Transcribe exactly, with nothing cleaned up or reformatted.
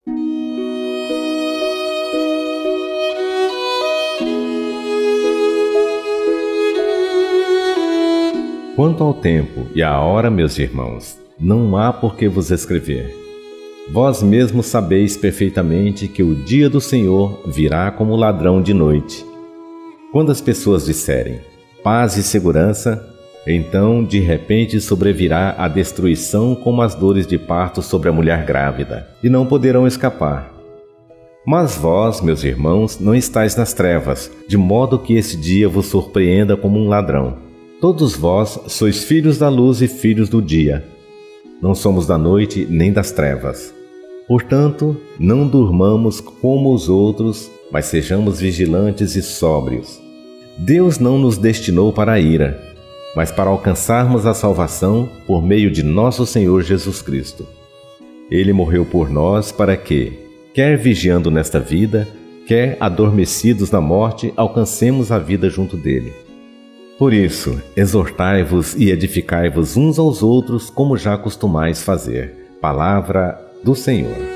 Quanto ao tempo e à hora, meus irmãos, não há por que vos escrever. Vós mesmos sabeis perfeitamente que o dia do Senhor virá como ladrão de noite. Quando as pessoas disserem paz e segurança, então de repente sobrevirá a destruição como as dores de parto sobre a mulher grávida, e não poderão escapar. Mas vós, meus irmãos, não estáis nas trevas, de modo que esse dia vos surpreenda como um ladrão. Todos vós sois filhos da luz e filhos do dia. Não somos da noite nem das trevas. Portanto, não durmamos como os outros, mas sejamos vigilantes e sóbrios. Deus não nos destinou para a ira, mas para alcançarmos a salvação por meio de nosso Senhor Jesus Cristo. Ele morreu por nós para que, quer vigiando nesta vida, quer adormecidos na morte, alcancemos a vida junto dele. Por isso, exortai-vos e edificai-vos uns aos outros, como já costumais fazer. Palavra do Senhor.